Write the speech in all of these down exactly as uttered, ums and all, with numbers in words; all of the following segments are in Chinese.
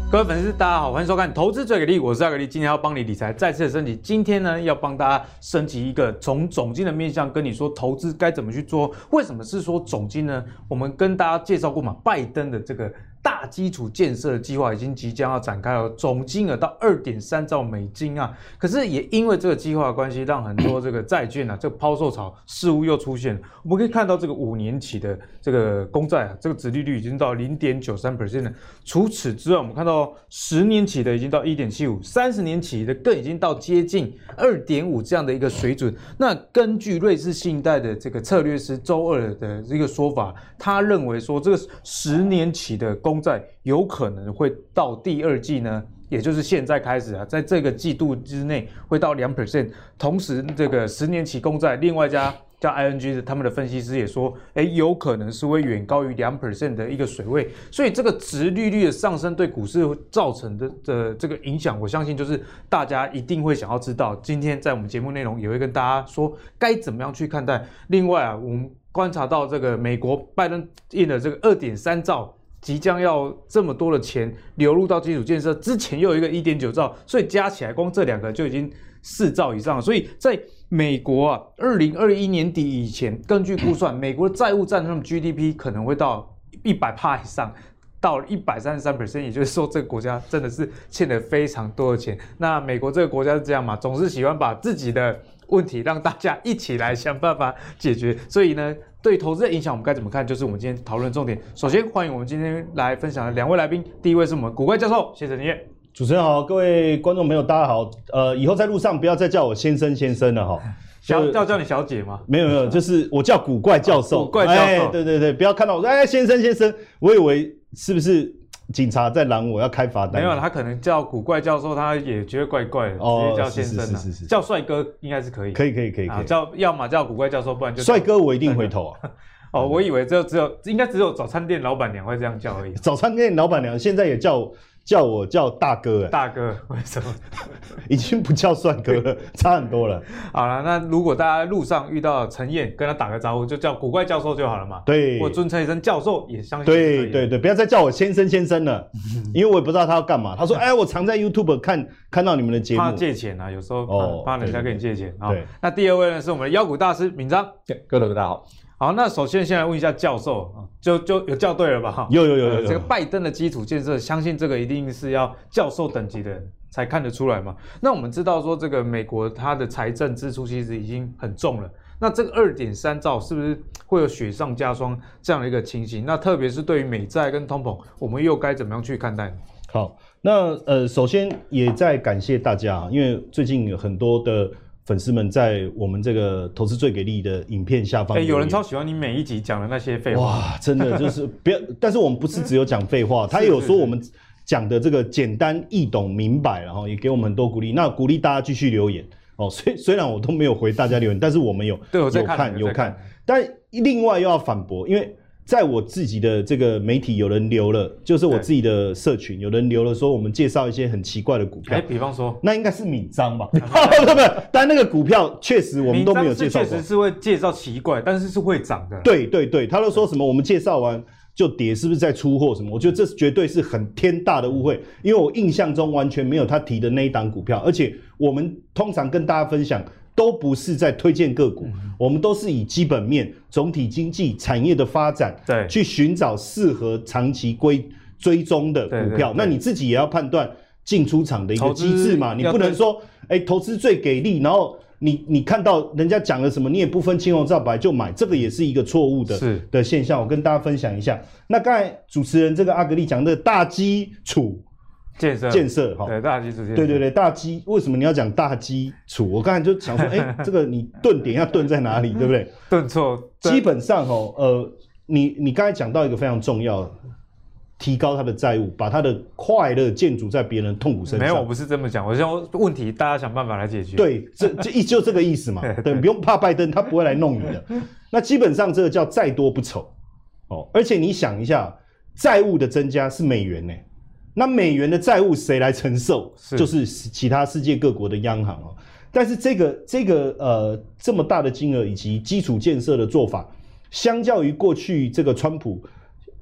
各位粉丝，大家好，欢迎收看《投资最给力》，我是阿格力，今天要帮你理财再次的升级。今天呢，要帮大家升级一个从总经的面向跟你说投资该怎么去做。为什么是说总经呢？我们跟大家介绍过嘛，拜登的这个大基础建设的计划已经即将要展开了，总金额到 二点三兆美金啊。可是也因为这个计划的关系，让很多这个债券啊，这个抛售潮似乎又出现了。我们可以看到这个五年期的这个公债啊，这个殖利率已经到 零点九三 percent 了。除此之外，我们看到十年期的已经到 一点七五， 三十年期的更已经到接近 二点五 这样的一个水准。那根据瑞士信贷的这个策略师周二的这个说法，他认为说这个十年期的公债有可能会到第二季呢，也就是现在开始啊，在这个季度之内会到 百分之二。 同时这个十年期公债另外一家叫 I N G 的他们的分析师也说，哎，有可能是会远高于 百分之二 的一个水位，所以这个殖利率的上升对股市造成的的这个影响，我相信就是大家一定会想要知道。今天在我们节目内容也会跟大家说该怎么样去看待。另外啊，我们观察到这个美国拜登印了这个 二点三兆。即将要这么多的钱流入到基础建设，之前又有一个 一点九兆，所以加起来光这两个就已经四兆以上了。所以在美国啊，二零二一年底以前，根据估算，美国的债务占他们 G D P 可能会到 百分之百 以上，到 百分之一百三十三， 也就是说这个国家真的是欠了非常多的钱。那美国这个国家是这样嘛，总是喜欢把自己的问题让大家一起来想办法解决，所以呢，对投资的影响我们该怎么看，就是我们今天讨论重点。首先欢迎我们今天来分享的两位来宾，第一位是我们古怪教授谢承彦。 主持人好，各位观众朋友大家好，呃，以后在路上不要再叫我先生先生了哈， 叫叫叫你小姐吗？ 没有没有，就是我叫古怪教授， 古怪教授， 哎，对对对，不要看到我说哎先生先生，我以为是不是警察在拦我要开罚单？ 没有，他可能叫古怪教授，他也觉得怪怪的，哦、直接叫先生了、啊。是是是是，叫帅哥应该是可以， 可以可以可以可以， 啊、叫要么叫古怪教授，不然就帅哥，我一定回头啊。 哦，我以为只有只有应该只有早餐店老板娘会这样叫而已。 早餐店老板娘现在也叫我叫我叫大哥，哎， 大哥为什么？ 已经不叫帅哥了，差很多了。 好了，那如果大家路上遇到陈彦，跟他打个招呼，就叫古怪教授就好了嘛。 对， 或尊称一声教授，也相信对对对，不要再叫我先生先生了，因为我也不知道他要干嘛。他说：“哎，我常在 YouTube 看看到你们的节目， 怕借钱啊，有时候怕、哦、怕人家跟你借钱。”好，那第二位呢是我们的妖股大师闵漳。 各位大家好。 好，那首先先来问一下教授，就就有校对了吧？ 有有有有有、呃。 这个拜登的基础建设，相信这个一定是要教授等级的人才看得出来嘛。那我们知道说，这个美国它的财政支出其实已经很重了。那这个 二点三兆是不是会有雪上加霜这样的一个情形？那特别是对于美债跟通膨，我们又该怎么样去看待呢？ 好，那呃，首先也在感谢大家，因为最近有很多的粉丝们在我们这个投资最给力的影片下方， 哎、欸，有人超喜欢你每一集讲的那些废话， 哇，真的就是不要。但是我们不是只有讲废话，他也有说我们讲的这个简单易懂明白，然后也给我们很多鼓励。那鼓励大家继续留言哦。虽虽然我都没有回大家留言，但是我们有对我在有看有看。 有看但另外又要反驳，因为在我自己的这个媒体有人留了，就是我自己的社群有人留了说我们介绍一些很奇怪的股票， 哎，比方说， 那应该是闵漳吧？不不不，但那个股票确实我们都没有介绍过， 确实是会介绍奇怪，但是是会涨的。 对对对，他都说什么我们介绍完就跌，是不是在出货什么？我觉得这绝对是很天大的误会，因为我印象中完全没有他提的那一档股票，而且我们通常跟大家分享都不是在推荐个股，嗯、我们都是以基本面、总体经济、产业的发展， 对， 去寻找适合长期归追踪的股票。对对对，那你自己也要判断进出场的一个机制嘛，你不能说，哎、欸，投资最给力，然后你你看到人家讲了什么，你也不分青红皂白就买，这个也是一个错误的的现象。我跟大家分享一下。那刚才主持人这个阿格力讲的大基础。 建设建设哈， 对大基础建设， 对对对，大基为什么你要讲大基础？我刚才就想说，哎、欸，这个你顿点要顿在哪里，对不对？ 顿错， 基本上哦，呃，你你刚才讲到一个非常重要，提高他的债务，把他的快乐建筑在别人痛苦身上。 没有，我不是这么讲，我想问题大家想办法来解决。 对，这这一就这个意思嘛。对，不用怕拜登，他不会来弄你的。那基本上这个叫债多不丑哦，而且你想一下，债务的增加是美元呢。那美元的债务谁来承受？是就是其他世界各国的央行哦。但是这个这个呃这么大的金额以及基础建设的做法，相较于过去这个川普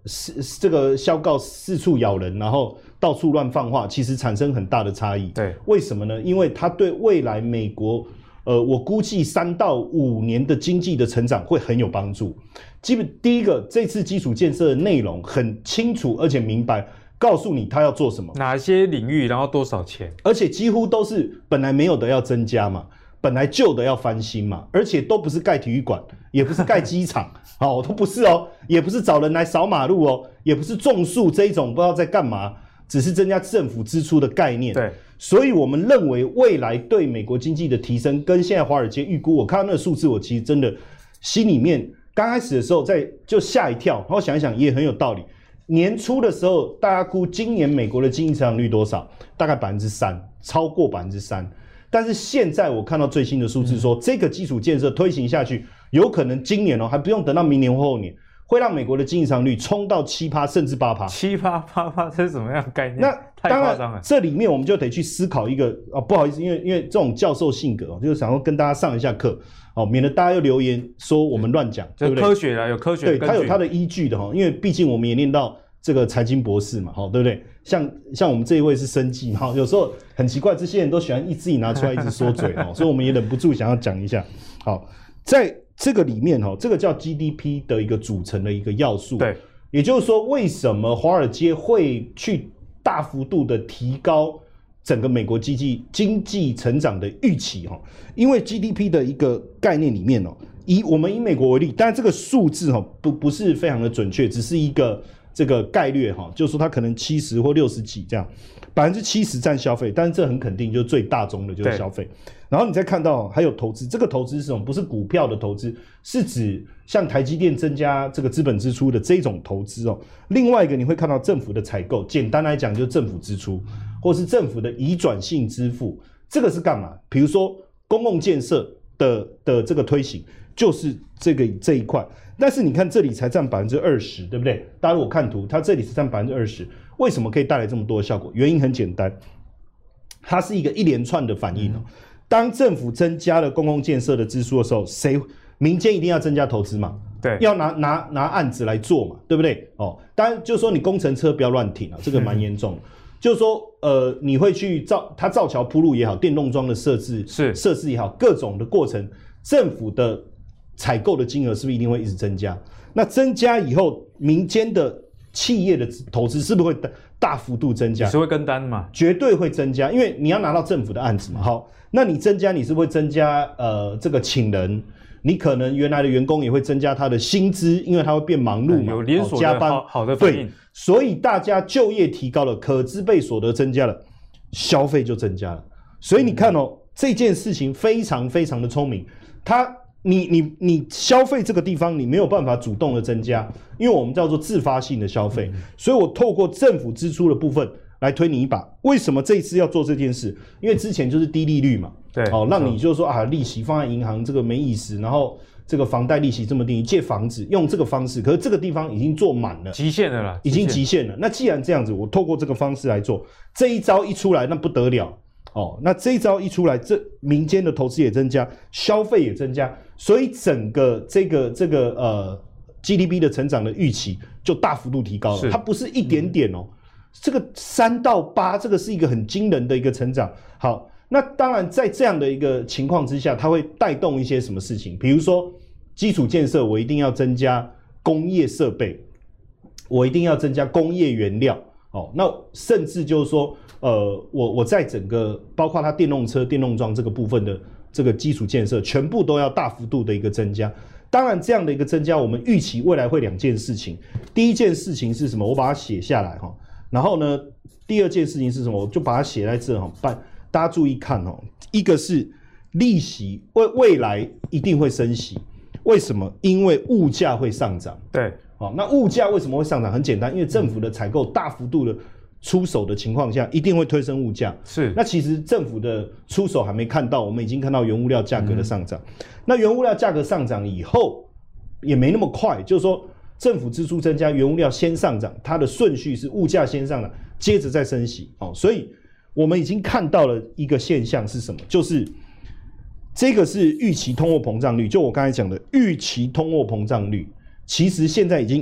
是这个萧告四处咬人，然后到处乱放话，其实产生很大的差异。 对， 为什么呢？因为它对未来美国，呃，我估计三到五年的经济的成长会很有帮助。基本第一个，这次基础建设的内容很清楚而且明白，告诉你他要做什么， 哪些领域，然后多少钱， 而且几乎都是本来没有的要增加嘛。本来旧的要翻新嘛，而且都不是盖体育馆，也不是盖机场，哦，都不是哦，也不是找人来扫马路哦，也不是种树这一种不知道在干嘛，只是增加政府支出的概念。 对， 所以我们认为未来对美国经济的提升，跟现在华尔街预估，我看到那个数字，我其实真的心里面刚开始的时候在就吓一跳，然后想一想也很有道理。年初的时候，大家估今年美国的经济成长率多少？大概百分之三，超过百分之三。但是现在我看到最新的数字说，嗯、这个基础建设推行下去，有可能今年哦，还不用等到明年或后年，会让美国的经济成长率冲到七趴甚至八趴。 七趴八趴这是什么样的概念？ 那太夸张了。 这里面我们就得去思考一个啊，不好意思，因为因为这种教授性格哦，就是想要跟大家上一下课哦，免得大家又留言说我们乱讲，对不对？ 科学啦，有科学的根据， 对，它有它的依据的哈，因为毕竟我们也念到这个财经博士嘛，哈，对不对？像像我们这一位是生技嘛，有时候很奇怪，这些人都喜欢一自己拿出来一直说嘴哦，所以我们也忍不住想要讲一下。好，在这个里面哈，这个叫 G D P 的一个组成的一个要素， 对， 也就是说，为什么华尔街会去大幅度的提高整个美国经济经济成长的预期哈？因为 G D P 的一个概念里面哦，以我们以美国为例，当然这个数字哈不不是非常的准确，只是一个。这个概率哈，就是说它可能七十或六十几这样，百分之七十占消费，但是这很肯定就是最大宗的就是消费。然后你再看到还有投资，这个投资是什么？不是股票的投资，是指像台积电增加这个资本支出的这种投资哦。另外一个你会看到政府的采购，简单来讲就是政府支出，或是政府的移转性支付，这个是干嘛？比如说公共建设的的这个推行，就是这个这一块。但是你看这里才占百分之二十，对不对？大家如果看图，它这里是占百分之二十，为什么可以带来这么多的效果？原因很简单，它是一个一连串的反应哦。当政府增加了公共建设的支出的时候，谁民间一定要增加投资嘛？ 对， 要拿拿拿案子来做嘛，对不对？哦，当然就是说你工程车不要乱停啊，这个蛮严重的。就是说，呃，你会去造它造桥铺路也好，电动桩的设置是设置也好，各种的过程，政府的采购的金额是不是一定会一直增加？那增加以后，民间的企业的投资是不是会大幅度增加？ 你是会跟单嘛？ 绝对会增加，因为你要拿到政府的案子嘛。好，那你增加，你是不是会增加呃这个请人？你可能原来的员工也会增加他的薪资，因为他会变忙碌嘛， 有连锁的加班， 好好的反应。 对，所以大家就业提高了，可支配所得增加了，消费就增加了。所以你看哦，这件事情非常非常的聪明，它。你你你消费这个地方，你没有办法主动的增加，因为我们叫做自发性的消费，嗯、所以我透过政府支出的部分来推你一把。为什么这一次要做这件事？因为之前就是低利率嘛， 对， 哦，让你就是说啊，利息放在银行这个没意思，然后这个房贷利息这么低，借房子用这个方式，可是这个地方已经做满了， 极限的了， 已经极限了。那既然这样子，我透过这个方式来做，这一招一出来，那不得了。哦，那这一招一出来，这民间的投资也增加，消费也增加，所以整个这个这个呃 G D P 的成长的预期就大幅度提高了。它不是一点点哦，嗯、这个三到八，这个是一个很惊人的一个成长。好，那当然在这样的一个情况之下，它会带动一些什么事情？比如说基础建设，我一定要增加工业设备，我一定要增加工业原料。哦，那甚至就是说，呃，我我在整个包括它电动车、电动桩这个部分的这个基础建设，全部都要大幅度的一个增加。当然，这样的一个增加，我们预期未来会两件事情。第一件事情是什么？我把它写下来哈。然后呢，第二件事情是什么？我就把它写在这哈。大大家注意看哦，一个是利息未未来一定会升息，为什么？因为物价会上涨。 对。 好，那物价为什么会上涨？很简单，因为政府的采购大幅度的出手的情况下，一定会推升物价。 是， 那其实政府的出手还没看到，我们已经看到原物料价格的上涨。嗯、那原物料价格上涨以后，也没那么快，就是说政府支出增加，原物料先上涨，它的顺序是物价先上涨，接着再升息。哦，所以我们已经看到了一个现象是什么？就是这个是预期通货膨胀率，就我刚才讲的预期通货膨胀率。其实现在已经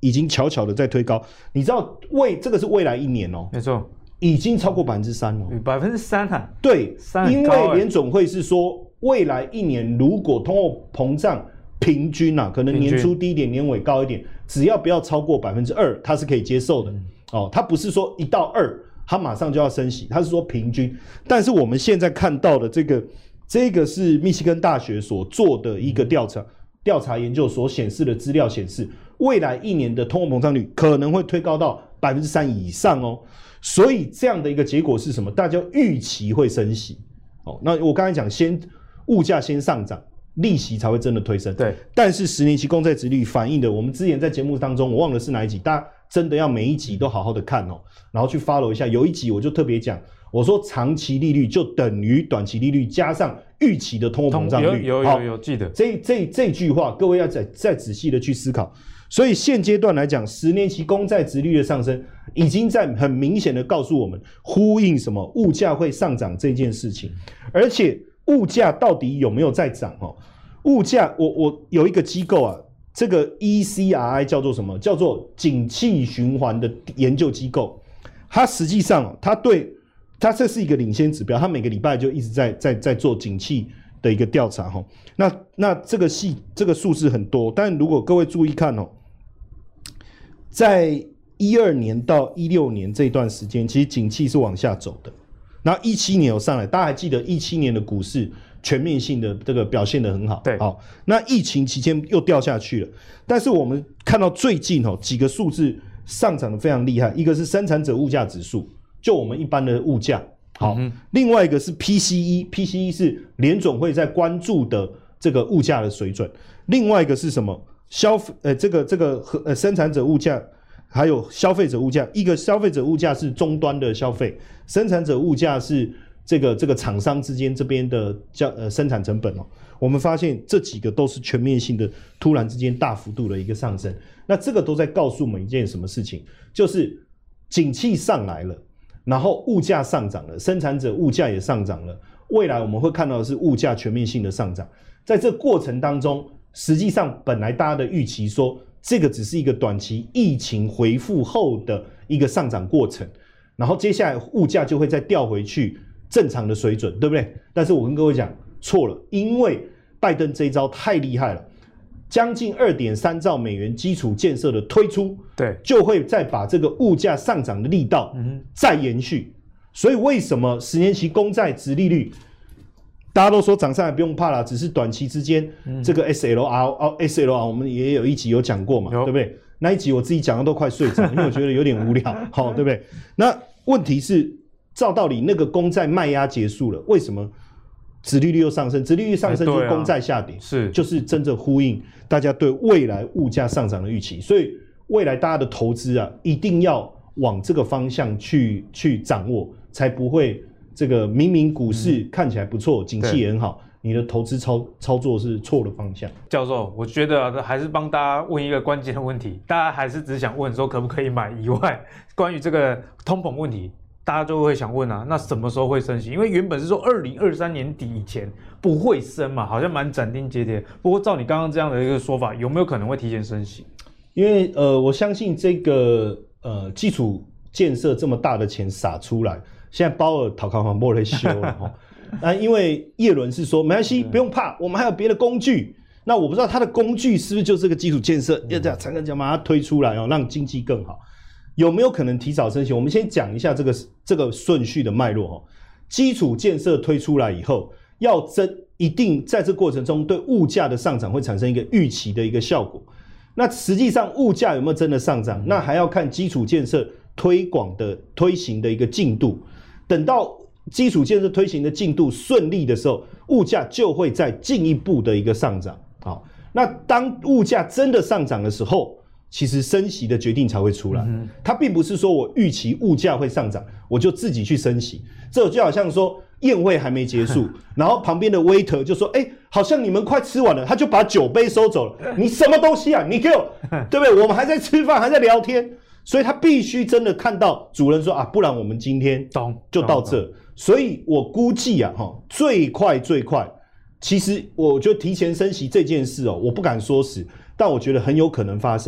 已经悄悄的在推高。你知道未这个是未来一年哦， 没错， 已经超过百分之三了， 百分之三啊， 对， 三因为联总会是说未来一年如果通货膨胀平均啊，可能年初低一点，年尾高一点，只要不要超过百分之二，它是可以接受的。嗯、哦，它不是说一到二，它马上就要升息，它是说平均。但是我们现在看到的这个，这个是密西根大学所做的一个调查，调查研究所显示的资料显示，未来一年的通货膨胀率可能会推高到百分之三以上哦。所以这样的一个结果是什么？大家预期会升息。哦，那我刚才讲，先物价先上涨。利息才会真的推升， 对。 但是十年期公债殖利率反映的，我们之前在节目当中，我忘了是哪一集，大家真的要每一集都好好的看哦，然后去 follow 一下。有一集我就特别讲，我说长期利率就等于短期利率加上预期的通货膨胀率， 有有有有记得这这这句话，各位要再再仔细的去思考。所以现阶段来讲，十年期公债殖利率的上升，已经在很明显的告诉我们，呼应什么物价会上涨这件事情，而且。物价到底有没有在涨？哦，物价，我我有一个机构啊，这个 E C R I 叫做什么？叫做景气循环的研究机构。它实际上，它对它这是一个领先指标，它每个礼拜就一直在在在做景气的一个调查哈。那那这个系这个数字很多，但如果各位注意看哦，在一二年到一六年这段时间，其实景气是往下走的。然后一七年有上来，大家还记得一七年的股市全面性的这个表现得很好， 对， 好，那疫情期间又掉下去了。但是我们看到最近哦几个数字上涨得非常厉害，一个是生产者物价指数，就我们一般的物价，好，嗯、另外一个是 P C E，P C E 是联总会在关注的这个物价的水准，另外一个是什么？消费呃这个这个呃生产者物价。还有消费者物价，一个消费者物价是终端的消费，生产者物价是这个这个厂商之间这边的叫呃生产成本哦。我们发现这几个都是全面性的，突然之间大幅度的一个上升。那这个都在告诉我们一件什么事情？就是景气上来了，然后物价上涨了，生产者物价也上涨了。未来我们会看到的是物价全面性的上涨。在这过程当中，实际上本来大家的预期说。这个只是一个短期疫情恢复后的一个上涨过程，然后接下来物价就会再调回去正常的水准，对不对？但是我跟各位讲错了，因为拜登这一招太厉害了，将近 二点三兆美元基础建设的推出， 对， 就会再把这个物价上涨的力道再延续。嗯、所以为什么十年期公债殖利率？大家都说涨上来不用怕啦，只是短期之间、嗯、这个 S L R 哦 S L R 我们也有一集有讲过嘛，对不对？那一集我自己讲的都快睡着，因为我觉得有点无聊，好，对不对？那问题是，照道理那个公债卖压结束了，为什么殖利率又上升？殖利率上升就是公债下跌，是、啊、就是真正呼应大家对未来物价上涨的预期，所以未来大家的投资啊，一定要往这个方向去去掌握，才不会。这个明明股市看起来不错，景气也很好，你的投资操操作是错的方向。 教授，我觉得、啊、还是帮大家问一个关键的问题，大家还是只想问说可不可以买以外，关于这个通膨问题，大家就会想问啊，那什么时候会升息？因为原本是说二零二三年底以前不会升嘛，好像蛮斩钉截铁。不过照你刚刚这样的一个说法，有没有可能会提前升息？ 因为呃，我相信这个呃基础建设这么大的钱撒出来。现在鲍尔讨考房不会修了哈，那因为叶伦是说没关系，不用怕，我们还有别的工具。那我不知道他的工具是不是就这个基础建设，要这样才能把它推出来哦，让经济更好。有没有可能提早升息？我们先讲一下这个这个顺序的脉络哈。基础建设推出来以后，要真一定在这过程中对物价的上涨会产生一个预期的一个效果。那实际上物价有没有真的上涨？那还要看基础建设推广的推行的一个进度。等到基础建设推行的进度顺利的时候，物价就会再进一步的一个上涨。好，那当物价真的上涨的时候，其实升息的决定才会出来。嗯、它并不是说我预期物价会上涨，我就自己去升息。这就好像说宴会还没结束，然后旁边的 waiter 就说：“哎、欸，好像你们快吃完了。”他就把酒杯收走了。你什么东西啊？你给我，对不对？我们还在吃饭，还在聊天。所以他必须真的看到主人说啊，不然我们今天就到这。所以我估计啊，哈，最快最快，其实我觉得提前升息这件事哦，我不敢说死，但我觉得很有可能发生。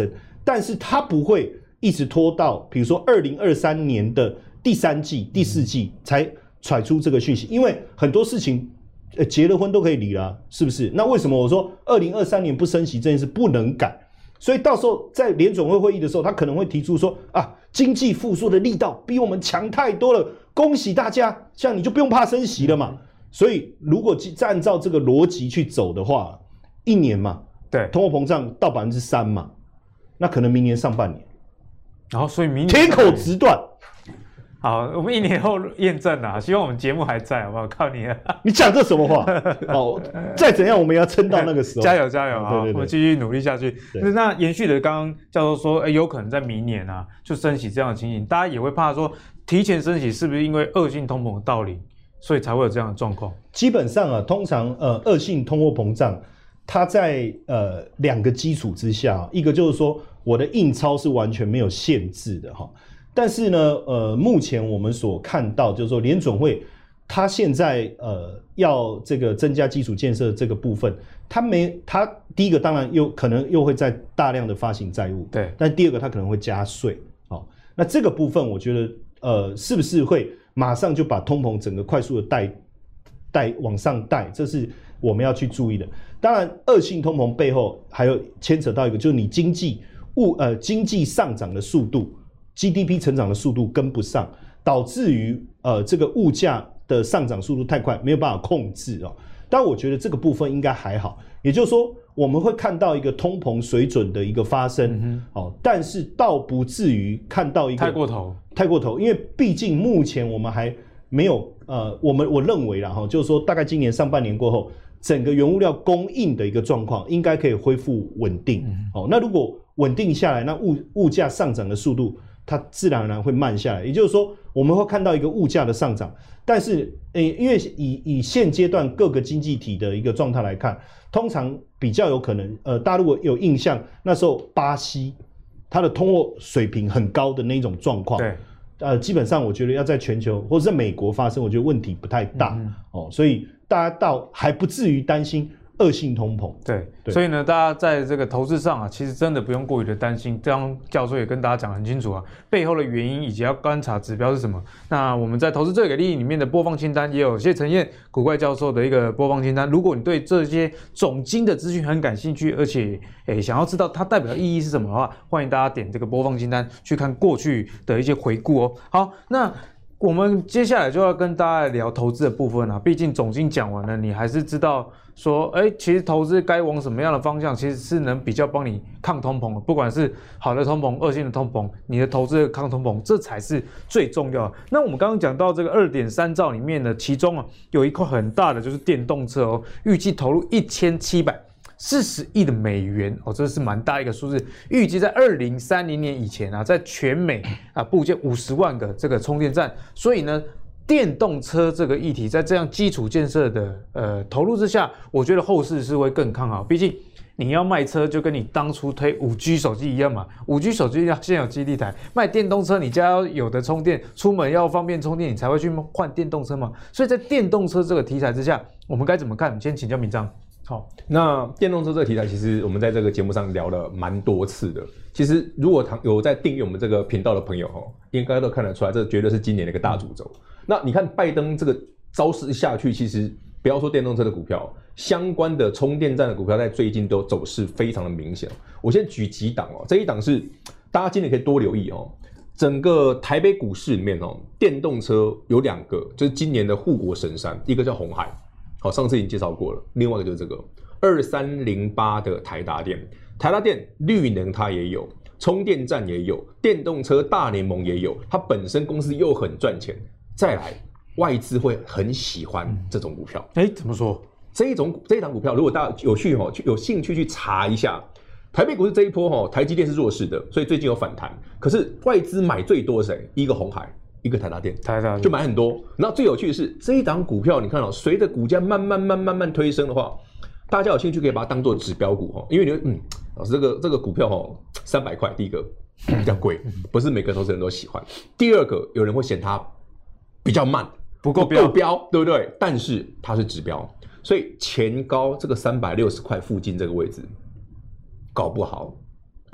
但是它不会一直拖到比如说二零二三年的第三季、第四季才传出这个讯息，因为很多事情。呃，结了婚都可以离啦，是不是？那为什么我说二零二三年不升息这件事不能改？所以到时候在联准会会议的时候，他可能会提出说啊，经济复苏的力道比我们强太多了，恭喜大家，这样你就不用怕升息了嘛。所以如果按照这个逻辑去走的话，一年嘛， 对， 通货膨胀到百分之三嘛，那可能明年上半年， 然后所以明年铁口直断。 好，我们一年后验证啊，希望我们节目还在，好不好？靠你了！ 你讲这什么话？哦，再怎样我们也要撑到那个时候。 加油加油啊！ 对对对， 我们继续努力下去。那延续的刚刚教授说，哎，有可能在明年啊就升息这样的情形，大家也会怕说提前升息是不是因为恶性通膨的到临，所以才会有这样的状况？ 基本上啊，通常呃恶性通货膨胀，它在呃两个基础之下，一个就是说我的印钞是完全没有限制的哈。但是呢，呃，目前我们所看到就是说，联准会它现在呃要这个增加基础建设这个部分，它没它第一个当然又可能又会在大量的发行债务， 对， 但第二个它可能会加税，哦，那这个部分我觉得呃是不是会马上就把通膨整个快速的带带往上带，这是我们要去注意的。当然，恶性通膨背后还有牵扯到一个，就是你经济物呃经济上涨的速度。G D P 成长的速度跟不上，导致于呃这个物价的上涨速度太快，没有办法控制哦。但我觉得这个部分应该还好，也就是说我们会看到一个通膨水准的一个发生，嗯、哦，但是倒不至于看到一个太过头， 太过头，因为毕竟目前我们还没有呃，我们我认为啦哈，就是说大概今年上半年过后，整个原物料供应的一个状况应该可以恢复稳定，嗯、哦，那如果稳定下来，那物物价上涨的速度。它自然而然会慢下来，也就是说，我们会看到一个物价的上涨，但是，呃，因为以以现阶段各个经济体的一个状态来看，通常比较有可能，呃，大家如果有印象，那时候巴西它的通货水平很高的那种状况， 对， 呃，基本上我觉得要在全球或者在美国发生，我觉得问题不太大，嗯、哦，所以大家倒还不至于担心。恶性通膨， 对，对，所以呢，大家在这个投资上啊，其实真的不用过于的担心。刚刚教授也跟大家讲很清楚啊，背后的原因以及要观察指标是什么。那我们在投资最给力里面的播放清单也有谢承彦古怪教授的一个播放清单。如果你对这些总经的资讯很感兴趣，而且诶想要知道它代表的意义是什么的话，欢迎大家点这个播放清单去看过去的一些回顾哦。好，那。我们接下来就要跟大家聊投资的部分啊，毕竟总经讲完了，你还是知道说，哎，其实投资该往什么样的方向，其实是能比较帮你抗通膨的，不管是好的通膨、恶性的通膨，你的投资的抗通膨，这才是最重要的。那我们刚刚讲到这个 二点三兆里面呢，其中啊有一块很大的就是电动车哦，预计投入一千七百四十亿的美元哦，这是蛮大一个数字。预计在二零三零年以前啊，在全美啊布建五十万个这个充电站。所以呢，电动车这个议题在这样基础建设的呃投入之下，我觉得后市是会更看好。毕竟你要卖车，就跟你当初推五 G 手机一样嘛。五 G 手机要先有基地台，卖电动车，你家要有的充电，出门要方便充电，你才会去换电动车嘛。所以在电动车这个题材之下，我们该怎么看？先请教闵彰。 好，那电动车这个题材，其实我们在这个节目上聊了蛮多次的。其实如果有在订阅我们这个频道的朋友，应该都看得出来，这绝对是今年的一个大主轴。那你看拜登这个招式下去，其实不要说电动车的股票，相关的充电站的股票在最近都走势非常的明显。我先举几档哦，这一档是大家今年可以多留意哦。整个台北股市里面哦，电动车有两个，就是今年的护国神山，一个叫鸿海。好，上次已经介绍过了。另外一个就是这个二三零八的台达电，台达电绿能它也有，充电站也有，电动车大联盟也有，它本身公司又很赚钱。再来，外资会很喜欢这种股票。 哎、欸，怎么说？ 这一种这一档股票，如果大家有去哈，有兴趣去查一下，台北股市这一波哈，台积电是弱势的，所以最近有反弹。可是外资买最多是谁？一个鸿海。一个台达电， 台达就买很多。然后最有趣的是这一档股票，你看到、哦、随着股价慢慢慢慢慢推升的话，大家有兴趣可以把它当做指标股哈，因为你嗯，老师这个这个股票哈三百块，第一个比较贵，不是每个投资人都喜欢。第二个，有人会嫌它比较慢， 不够标， 不够标，对不对？但是它是指标，所以前高这个三百六十块附近这个位置，搞不好。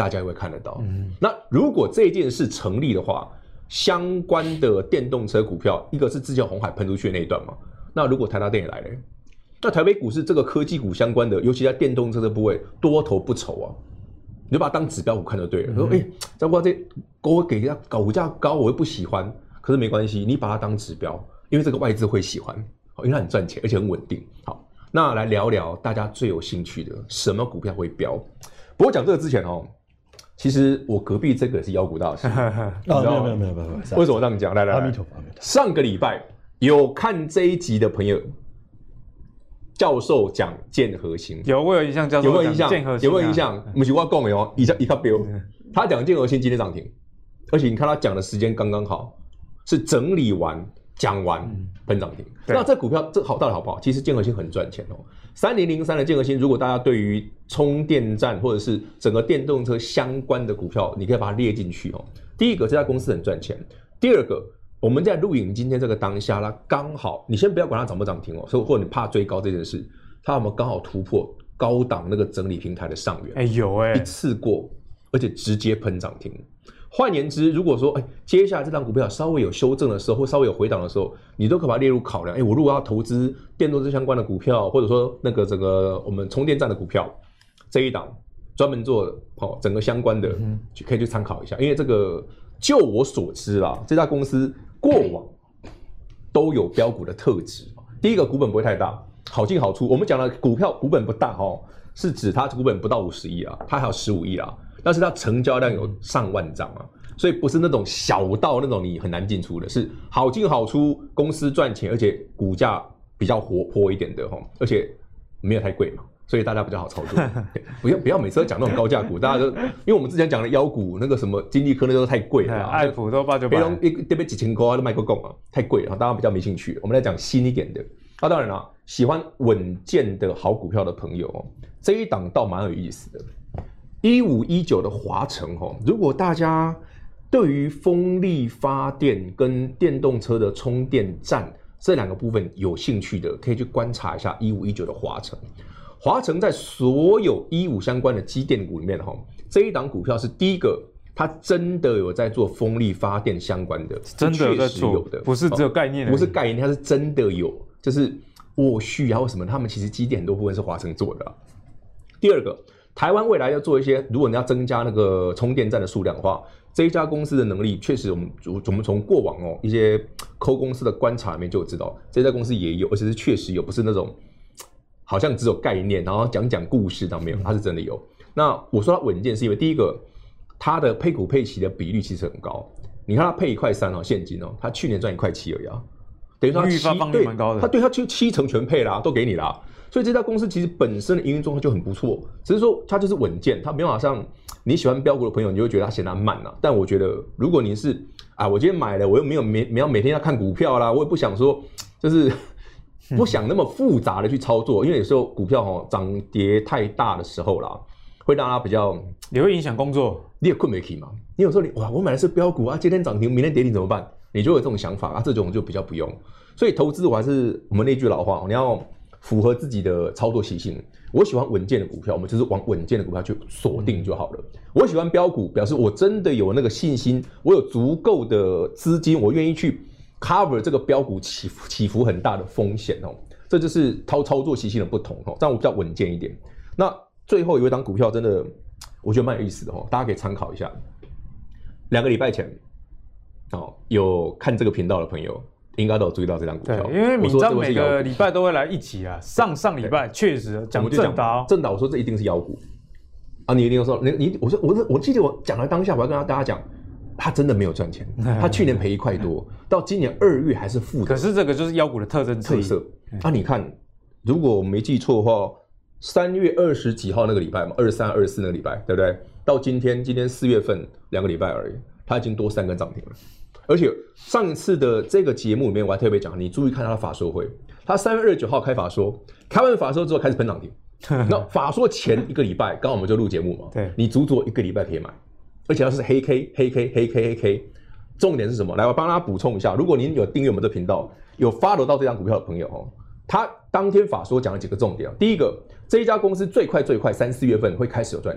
大家也会看得到。嗯、那如果这件事成立的话，相关的电动车股票，一个是之前鸿海喷出去的那一段嘛，那如果台达电也来了，那台北股市这个科技股相关的，尤其在电动车的部位，多头不愁啊，你就把它当指标股看就对了。嗯、说，哎、欸，张哥这我给人家股价高，我又不喜欢，可是没关系，你把它当指标，因为这个外资会喜欢，因为它很赚钱，而且很稳定。好，那来聊聊大家最有兴趣的，什么股票会飙？不过讲这个之前哦。其实我隔壁这个是妖股大师， 哦，没有没有没有没有， 为什么这样讲？来来来， 阿弥陀佛，阿弥陀佛。 上个礼拜有看这一集的朋友，教授讲建和兴， 有我有印象，教授有没有印象？ 建和兴有没有印象？不是我讲的哦，一下一卡标，他讲建和兴今天涨停，而且你看他讲的时间刚刚好，是整理完讲完喷涨停。那这股票这好到底好不好？其实建和兴很赚钱哦。三零零三的建和兴，如果大家对于充电站或者是整个电动车相关的股票，你可以把它列进去哦。第一个，这家公司很赚钱；第二个，我们在录影今天这个当下，它刚好，你先不要管它涨不涨停哦，所以或者你怕追高这件事，它有没有刚好突破高档那个整理平台的上缘？ 哎，有哎、欸， 一次过，而且直接喷涨停。换言之，如果说，哎，接下来这档股票稍微有修正的时候，或稍微有回档的时候，你都可以把它列入考量。哎，我如果要投资电动车相关的股票，或者说那个整个我们充电站的股票，这一档专门做哦整个相关的，嗯、可以去参考一下。因为这个，就我所知啦，这家公司过往都有标股的特质。第一个，股本不会太大，好进好出。我们讲的股票股本不大哈，是指它股本不到五十亿啊，它还有十五亿啊。但是它成交量有上万张啊，所以不是那种小到那种你很难进出的，是好进好出，公司赚钱，而且股价比较活泼一点的哈，而且没有太贵嘛，所以大家比较好操作。不要不要每次都讲那种高价股，大家就因为我们之前讲的妖股那个什么金利科那都太贵了， 爱普都八九百， 一对别几千块都卖个够啊，太贵了，大家比较没兴趣。我们来讲新一点的。那、啊、当然了，喜欢稳健的好股票的朋友哦，这一档倒蛮有意思的。一五一九的华城哦，如果大家对于风力发电跟电动车的充电站这两个部分有兴趣的，可以去观察一下一五一九的华城。华城在所有一五相关的机电股里面哈，这一档股票是第一个，它真的有在做风力发电相关的， 真的有在做，有的不是只有概念、哦， 不是概念，它是真的有，就是沃旭啊或什么，他们其实机电很多部分是华城做的、啊。第二个。台湾未来要做一些，如果你要增加那个充电站的数量的话，这一家公司的能力确实，我们我们从过往哦一些抠公司的观察里面就有知道，这家公司也有，而且是确实有，不是那种好像只有概念，然后讲讲故事，当没有，它是真的有。那我说它稳健，是因为第一个，它的配股配息的比率其实很高。你看它配一块三哦，现金哦，它去年赚一块七而已啊，等于说它七对蛮高的，它对它就七成全配啦，都给你啦。所以这家公司其实本身的营运状况就很不错，只是说它就是稳健，它没有法像你喜欢标股的朋友，你就会觉得它显得慢啊。但我觉得，如果你是啊，我今天买了，我又没有每没有每天要看股票啦，我也不想说就是不想那么复杂的去操作，因为有时候股票哦涨跌太大的时候啦，会让它比较也会影响工作， 你也困没起嘛。你有时候你哇，我买的是标股啊，今天涨停，明天跌停怎么办？你就有这种想法啊，这种就比较不用。所以投资我还是我们那句老话，你要符合自己的操作习性。我喜欢稳健的股票，我们就是往稳健的股票去锁定就好了。我喜欢标股，表示我真的有那个信心，我有足够的资金，我愿意去 cover 这个标股起伏起伏很大的风险哦。这就是操操作习性的不同哦，这样我比较稳健一点。那最后有一档股票真的我觉得蛮有意思的哦，大家可以参考一下。两个礼拜前哦，有看这个频道的朋友应该都有注意到这张股票， 对，因为敏章每个礼拜都会来一起啊。上上礼拜确实讲正达， 正达我说这一定是妖股啊，你一定说你你我说我我记得我讲了当下，我要跟大家讲，他真的没有赚钱，他去年赔一块多，到今年二月还是负的。 可是这个就是妖股的特征特色啊！你看，如果我没记错的话，三月二十几号那个礼拜嘛，二三、二四那个礼拜，对不对？到今天，今天四月份两个礼拜而已，它已经多三根涨停了。而且上一次的这个节目里面，我还特别讲，你注意看它的法说会，它三月二十九号开法说，开完法说之后开始喷涨停。那法说前一个礼拜，刚好我们就录节目嘛， 对， 你足足一个礼拜可以买，而且它是黑 K 黑 K 黑 K 黑 K。重点是什么？来，我帮大家补充一下，如果您有订阅我们的频道，有 follow 到这张股票的朋友哦，他当天法说讲了几个重点。第一个，这一家公司最快最快三四月份会开始有赚钱，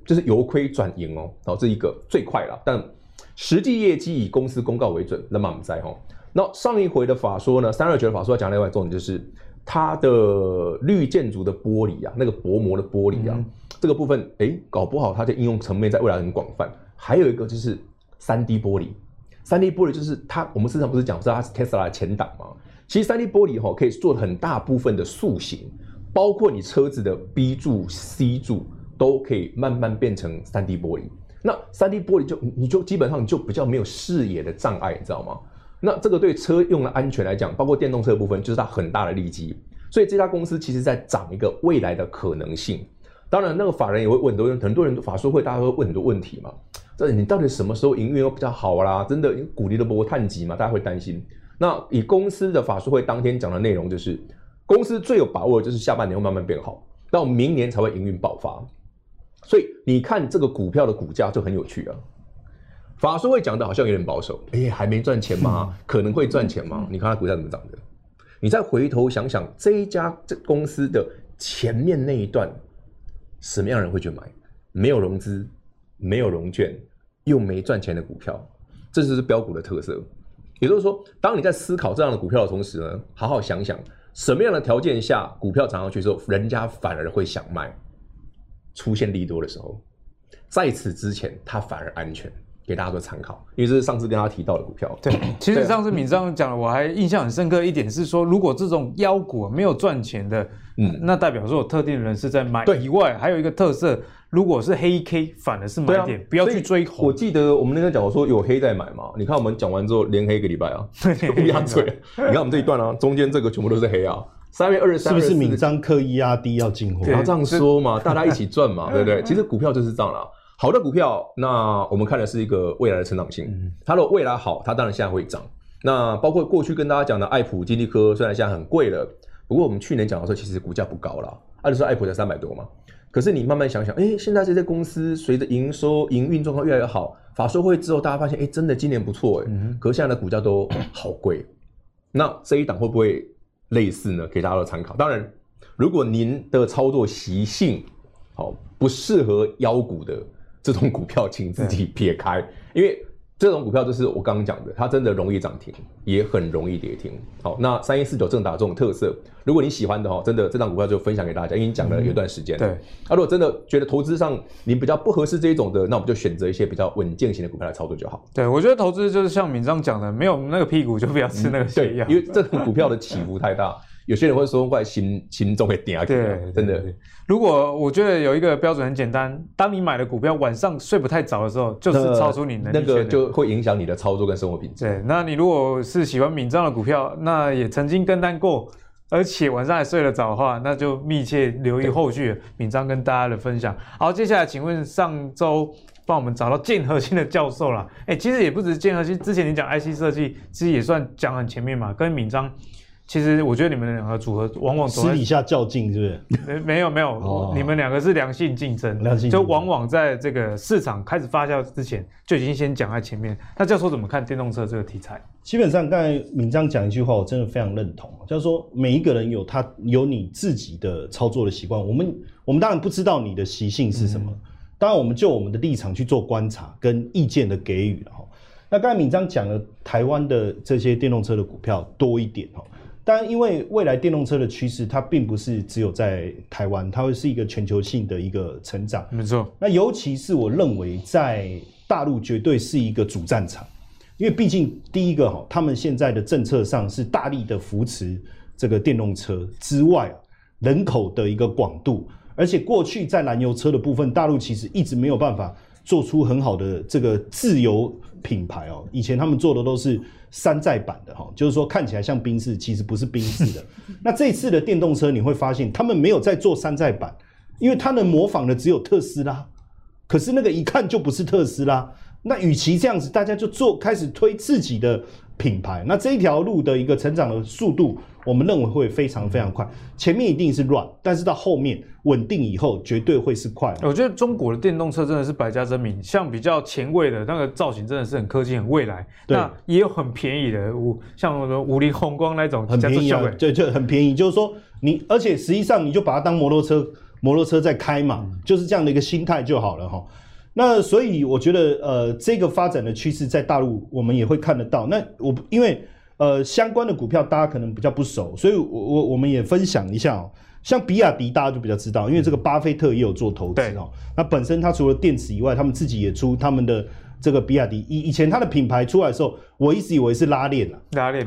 就是由亏转盈哦，好，这一个最快了，但实际业绩以公司公告为准，那么我们在哦。那上一回的法说呢，三二九的法说要讲另外重点就是它的绿建筑的玻璃啊，那个薄膜的玻璃啊，嗯、这个部分哎，搞不好它的应用层面在未来很广泛。还有一个就是三 D 玻璃，三 D 玻璃就是它，我们市场不是讲说它是 Tesla 的前档吗？其实三 D 玻璃哈、哦、可以做很大部分的塑形，包括你车子的 B 柱、C 柱都可以慢慢变成三 D 玻璃。那三 D 玻璃就你就基本上就比较没有视野的障碍，你知道吗？那这个对车用的安全来讲，包括电动车的部分，就是它很大的利基。所以这家公司其实在涨一个未来的可能性。当然，那个法人也会问很多人，很多人法说会大家会问很多问题嘛。这你到底什么时候营运又比较好啦？真的股利都不会探级嘛？大家会担心。那以公司的法说会当天讲的内容就是，公司最有把握的就是下半年会慢慢变好，到明年才会营运爆发。所以你看这个股票的股价就很有趣啊。法说会讲的好像有点保守，哎，还没赚钱吗？可能会赚钱吗？你看它股价怎么涨的？你再回头想想这一家这公司的前面那一段，什么样的人会去买？没有融资，没有融券，又没赚钱的股票，这就是标股的特色。也就是说，当你在思考这样的股票的同时呢，好好想想什么样的条件下股票涨上去之后，人家反而会想卖。出现利多的时候，在此之前它反而安全，给大家做参考，因为这是上次跟他提到的股票。 对，其实上次闵章讲的，我还印象很深刻一点是说，如果这种妖股没有赚钱的，嗯，那代表说有特定的人是在买以外，还有一个特色，如果是黑 K 反而是买点，啊、不要去追红。 我记得我们那天讲说有黑在买嘛，你看我们讲完之后连黑一个礼拜啊，乌鸦嘴。你看我们这一段啊，中间这个全部都是黑啊。三月二十三， 是不是闵章刻意压低要进货？ 不要这样说嘛，大家一起赚嘛，对不对？其实股票就是这样啦。好的股票，那我们看的是一个未来的成长性。嗯、它的未来好，它当然现在会涨。那包括过去跟大家讲的爱普、金利科，虽然现在很贵了，不过我们去年讲的时候，其实股价不高啦。按理说爱普才三百多嘛，可是你慢慢想想，哎，现在这些公司随着营收、营运状况越来越好，法说会之后，大家发现，哎，真的今年不错哎。嗯、可是现在的股价都好贵，那这一档会不会类似呢？给大家做参考。当然，如果您的操作习性好不适合妖股的这种股票，请自己撇开，因为这种股票就是我刚刚讲的，它真的容易涨停，也很容易跌停。好，那三一四九正打这种特色，如果你喜欢的哈，真的这档股票就分享给大家，因为你讲了有一段时间。嗯、对，那、啊、如果真的觉得投资上你比较不合适这一种的，那我们就选择一些比较稳健型的股票来操作就好。 对，我觉得投资就是像闵章讲的，没有那个屁股就不要吃那个泻药、 嗯，因为这种股票的起伏太大。有些人会说怪心心中会定下去，对，真的。 如果我觉得有一个标准很简单，当你买的股票晚上睡不太着的时候，就是超出你能力那个就会影响你的操作跟生活品质。 对，那你如果是喜欢闵章的股票，那也曾经跟单过，而且晚上还睡得着的话，那就密切留意后续闵章跟大家的分享。好，接下来请问上周帮我们找到建核心的教授啦，哎，其实也不止建核心，之前你讲 I C 设计，其实也算讲很前面嘛，跟闵章。其实我觉得你们两个组合往往私底下较劲，是不是？没有没有，哦、你们两个是良性竞争，良性就往往在这个市场开始发酵之前，就已经先讲在前面。那教授怎么看电动车这个题材？ 基本上刚才闵章讲一句话，我真的非常认同，就是说每一个人有他有你自己的操作的习惯，我们我们当然不知道你的习性是什么，嗯、当然我们就我们的立场去做观察跟意见的给予了哈。那刚才闵章讲了台湾的这些电动车的股票多一点哈。当然，因为未来电动车的趋势，它并不是只有在台湾，它会是一个全球性的一个成长。 没错。 那尤其是我认为在大陆绝对是一个主战场，因为毕竟第一个哈，他们现在的政策上是大力的扶持这个电动车之外啊，人口的一个广度，而且过去在燃油车的部分，大陆其实一直没有办法做出很好的这个自有品牌哦。以前他们做的都是山寨版的哈，就是说看起来像宾士，其实不是宾士的。那这一次的电动车你会发现，他们没有在做山寨版，因为它能模仿的只有特斯拉，可是那个一看就不是特斯拉。那与其这样子，大家就做开始推自己的品牌，那这一条路的一个成长的速度，我们认为会非常非常快。前面一定是乱，但是到后面稳定以后，绝对会是快。 我觉得中国的电动车真的是百家争鸣，像比较前卫的那个造型，真的是很科技、很未来。那也有很便宜的，像五菱宏光那种， 很便宜啊，对，就很便宜。就是说你，而且实际上你就把它当摩托车摩托车在开嘛，嗯、就是这样的一个心态就好了哈。那所以我觉得，呃，这个发展的趋势在大陆我们也会看得到。那我因为呃相关的股票大家可能比较不熟，所以我我我们也分享一下哦。像比亚迪大家就比较知道，因为这个巴菲特也有做投资哦。那本身他除了电池以外，他们自己也出他们的这个比亚迪。以以前他的品牌出来的时候，我一直以为是拉链啦， 拉链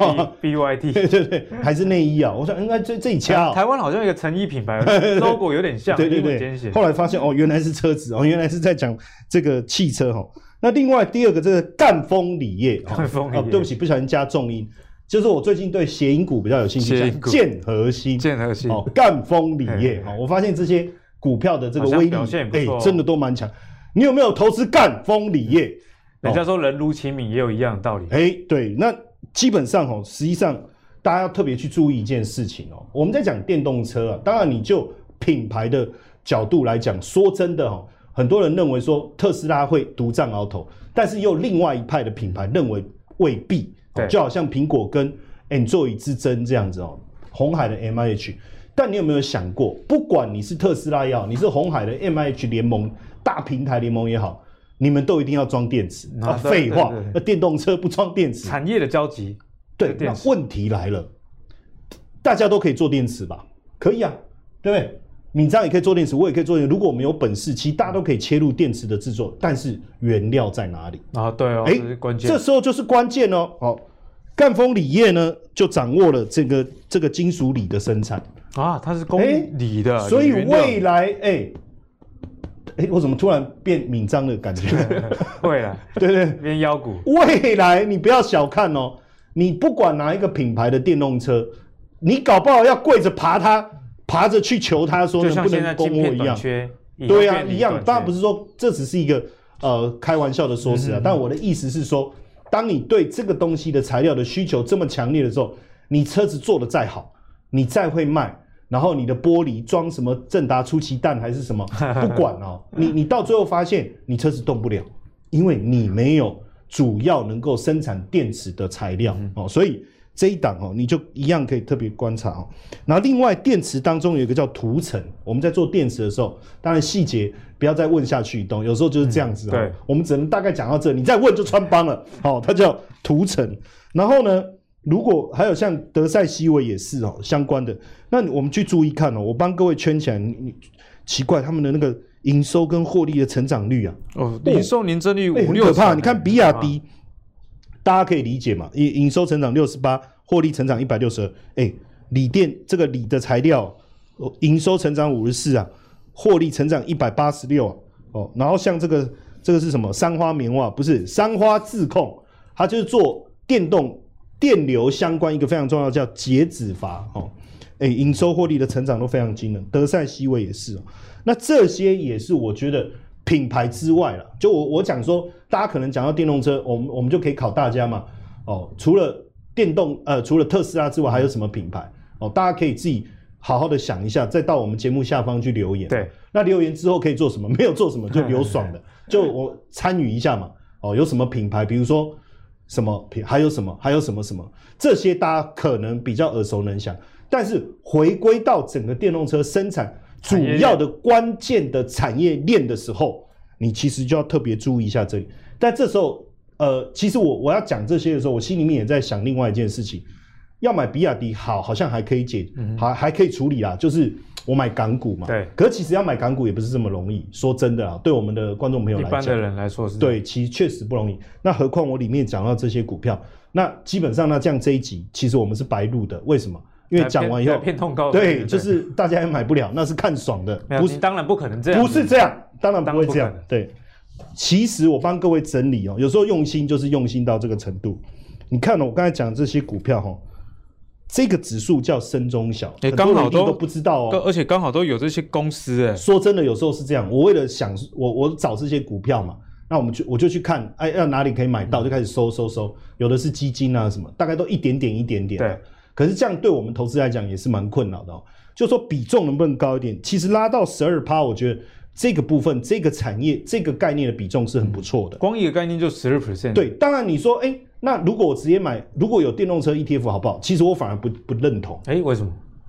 B Y T， 对对对，还是内衣啊。我想应该这这一家、哦， 台湾好像有一个成衣品牌 ，logo 有点像， 对对对。后来发现哦，原来是车子哦，原来是在讲这个汽车哈、哦。那另外第二个这个赣锋锂业， 赣锋锂业、 哦，对不起，不小心加重音。就是我最近对谐音股比较有兴趣，像建和兴、 建和兴、 哦，赣锋锂业，哦，我发现这些股票的这个威力，哎、欸，真的都蛮强。你有没有投资赣锋锂业？ 人家说人如其名，也有一样的道理。 哎、欸，对，那基本上哦，实际上大家要特别去注意一件事情哦。我们在讲电动车啊，当然你就品牌的角度来讲，说真的哦，很多人认为说特斯拉会独占鳌头，但是又另外一派的品牌认为未必。就好像苹果跟 Android 之争这样子哦，鸿海的 M I H， 但你有没有想过，不管你是特斯拉也好，你是鸿海的 M I H 联盟大平台联盟也好，你们都一定要装电池啊！废话，那电动车不装电池， 产业的交集。 对，那问题来了，大家都可以做电池吧？可以啊，对不对？你这样也可以做电池，我也可以做电池。如果我们有本事，其实大家都可以切入电池的制作，但是原料在哪里啊？对哦，哎，这是关键。 这时候就是关键哦。好，赣锋锂业呢就掌握了这个这个金属锂的生产啊，它是供锂的， 所以未来哎哎，我怎么突然变敏章的感觉？ 会啦， 对对， 变妖股。 未来你不要小看哦，你不管哪一个品牌的电动车，你搞不好要跪着爬它。爬着去求他说能不能供我一样，对啊，一样。当然不是说这只是一个呃开玩笑的说辞啊，嗯、但我的意思是说，当你对这个东西的材料的需求这么强烈的时候，你车子做的再好，你再会卖，然后你的玻璃装什么正达出奇蛋还是什么，不管哦，你你到最后发现你车子动不了，因为你没有主要能够生产电池的材料、嗯、哦，所以。这一档哦，你就一样可以特别观察哦。然后另外电池当中有一个叫涂层，我们在做电池的时候，当然细节不要再问下去，懂？有时候就是这样子、嗯、对，我们只能大概讲到这，你再问就穿帮了。好、哦，它叫涂层。然后呢，如果还有像德赛西韦也是哦相关的，那我们去注意看哦，我帮各位圈起来。你奇怪他们的那个营收跟获利的成长率啊， 哦，营收年增率五六， 很可怕。你看比亚迪。大家可以理解嘛？营营收成长六十八，获利成长一百六十二。哎，锂电这个锂的材料，营收成长五十四啊，获利成长一百八十六啊。哦，然后像这个这个是什么？三花棉袜不是三花自控，它就是做电动电流相关一个非常重要叫解脂阀哦。哎，营收获利的成长都非常惊人。德赛西韦也是哦。那这些也是我觉得。品牌之外啦，就我我讲说，大家可能讲到电动车，我们我们就可以考大家嘛。哦，除了电动呃，除了特斯拉之外，还有什么品牌？哦，大家可以自己好好的想一下，再到我们节目下方去留言。 对， 那留言之后可以做什么？没有做什么就留爽的，就我参与一下嘛。哦，有什么品牌？比如说什么品，还有什么，还有什么什么，这些大家可能比较耳熟能详。但是回归到整个电动车生产。主要的关键的产业链的时候，你其实就要特别注意一下这里。但这时候，呃，其实我我要讲这些的时候，我心里面也在想另外一件事情：要买比亚迪好，好像还可以解，嗯、还还可以处理啦。就是我买港股嘛， 对。 可是其实要买港股也不是这么容易。说真的啊，对我们的观众朋友来讲， 一般的人来说是对，其实确实不容易。那何况我里面讲到这些股票，那基本上那这样这一集，其实我们是白录的。为什么？因为讲完以后， 偏痛高， 对，就是大家也买不了，那是看爽的， 不是，当然不可能这样， 不是这样，当然不会这样，对。其实我帮各位整理哦，有时候用心就是用心到这个程度。你看哦，我刚才讲这些股票哈、哦，这个指数叫深中小， 欸、很多人一定都不知道哦， 而且刚好都有这些公司哎。 说真的，有时候是这样，我为了想我我找这些股票嘛，那我们就我就去看，哎，要哪里可以买到，就开始搜搜搜，有的是基金啊什么，大概都一点点一点点， 对。 可是这样对我们投资来讲也是蛮困扰的哦。就说比重能不能高一点？其实拉到 百分之十二， 我觉得这个部分、这个产业、这个概念的比重是很不错的。 光一个概念就 百分之十二。 对，当然你说，哎，那如果我直接买，如果有电动车 E T F 好不好？其实我反而不不认同。 哎，为什么？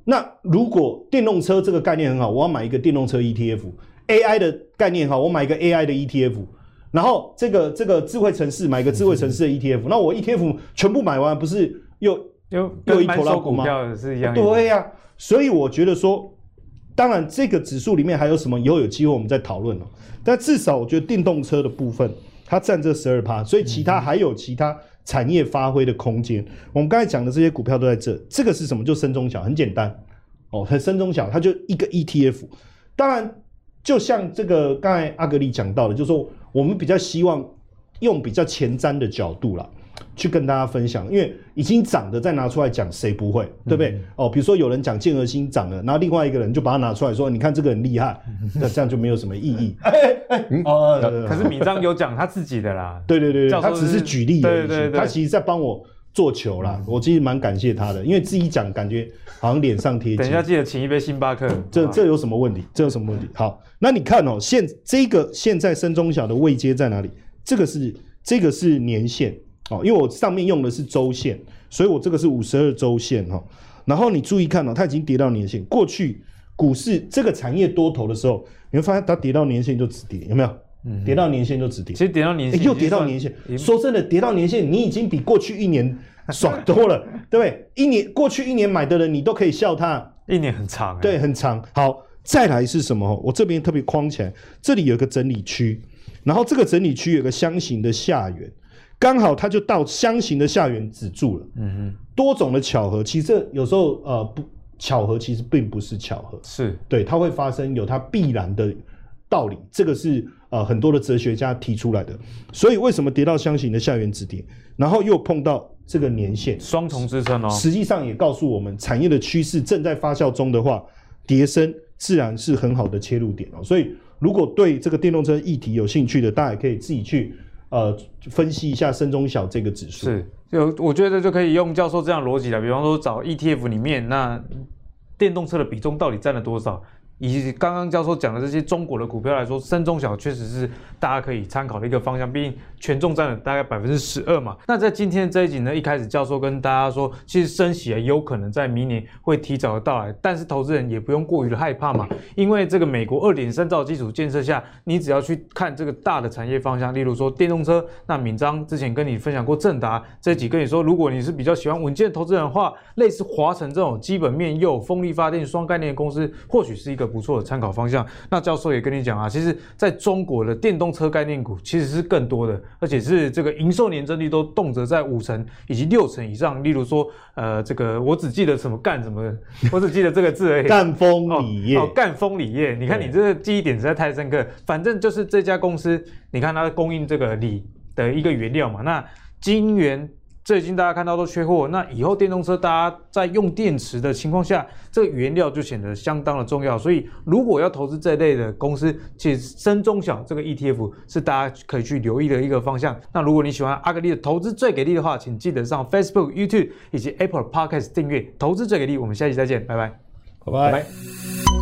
那如果电动车这个概念很好，我要买一个电动车 E T F，A I 的概念很好，我买一个 A I 的 E T F， 然后这个这个智慧城市买一个智慧城市的 E T F， 那我 E T F 全部买完，不是又又又一头拉股吗？ 是一样。 对呀、啊，所以我觉得说，当然这个指数里面还有什么，以后有机会我们再讨论哦。但至少我觉得电动车的部分，它占这 百分之十二， 所以其他还有其他产业发挥的空间。我们刚才讲的这些股票都在这，这个是什么？就深中小，很简单哦，很深中小，它就一个 E T F。当然，就像这个刚才阿格力讲到的，就是说我们比较希望用比较前瞻的角度啦，去跟大家分享，因为已经涨的再拿出来讲，谁不会，对不对？嗯、哦，比如说有人讲建和兴涨了，然后另外一个人就把它拿出来说，你看这个很厉害，那这样就没有什么意义。哎哎哎，哦， 可是闵漳有讲他自己的啦， 对对对对，他只是举例而已， 对对对， 他其实在帮我做球啦，我其实蛮感谢他的，因为自己讲感觉好像脸上贴金。 等一下记得请一杯星巴克， 这这有什么问题？这有什么问题？好，那你看哦，现这个现在深中小的位阶在哪里？这个是这个是年线哦，因为我上面用的是周线，所以我这个是五十二周线哈、哦。然后你注意看哦，它已经跌到年线。过去股市这个产业多头的时候，你会发现它跌到年线就止跌，有没有？嗯、跌到年线就止跌。 其实跌到年线、欸、 又跌到年线。说真的，跌到年线，你已经比过去一年爽多了，对不对？一年过去一年买的人，你都可以笑他。 一年很长、欸， 对，很长。好，再来是什么？我这边特别框起来，这里有一个整理区，然后这个整理区有个箱型的下缘，刚好它就到箱型的下缘止住了。嗯哼，多种的巧合，其实有时候呃不巧合，其实并不是巧合， 是对它会发生有它必然的道理，这个是呃很多的哲学家提出来的。所以为什么跌到箱型的下缘止跌，然后又碰到这个年线双重支撑哦， 实际上也告诉我们产业的趋势正在发酵中的话，跌升自然是很好的切入点哦。所以如果对这个电动车议题有兴趣的，大家也可以自己去呃分析一下深中小这个指数。 是，就我觉得就可以用教授这样逻辑了，比方说找 E T F 里面那电动车的比重到底占了多少。以刚刚教授讲的这些中国的股票来说，深中小确实是大家可以参考的一个方向，毕竟权重占了大概百分之十二嘛。那在今天的这一集呢，一开始教授跟大家说，其实升息啊有可能在明年会提早的到来，但是投资人也不用过于的害怕嘛，因为这个美国 二点三 兆基础建设下，你只要去看这个大的产业方向，例如说电动车，那闵漳之前跟你分享过正达这一集跟你说，如果你是比较喜欢稳健的投资人的话，类似华城这种基本面又有风力发电双概念的公司，或许是一个不错的参考方向。那教授也跟你讲啊，其实在中国的电动车概念股其实是更多的，而且是这个营收年增率都动辄在五成以及六成以上。例如说，呃，这个我只记得什么干什么，我只记得这个字而已。 赣锋锂业， 哦，赣锋锂业，你看你这个记忆点实在太深刻。反正就是这家公司，你看它供应这个锂的一个原料嘛，那晶圆。最近大家看到都缺货，那以后电动车大家在用电池的情况下，这个原料就显得相当的重要。所以如果要投资这一类的公司，其实深中小这个 E T F 是大家可以去留意的一个方向。那如果你喜欢阿格力的投资最给力的话，请记得上 Facebook、YouTube 以及 Apple Podcast 订阅投资最给力。我们下期再见，拜拜， 拜拜。拜拜。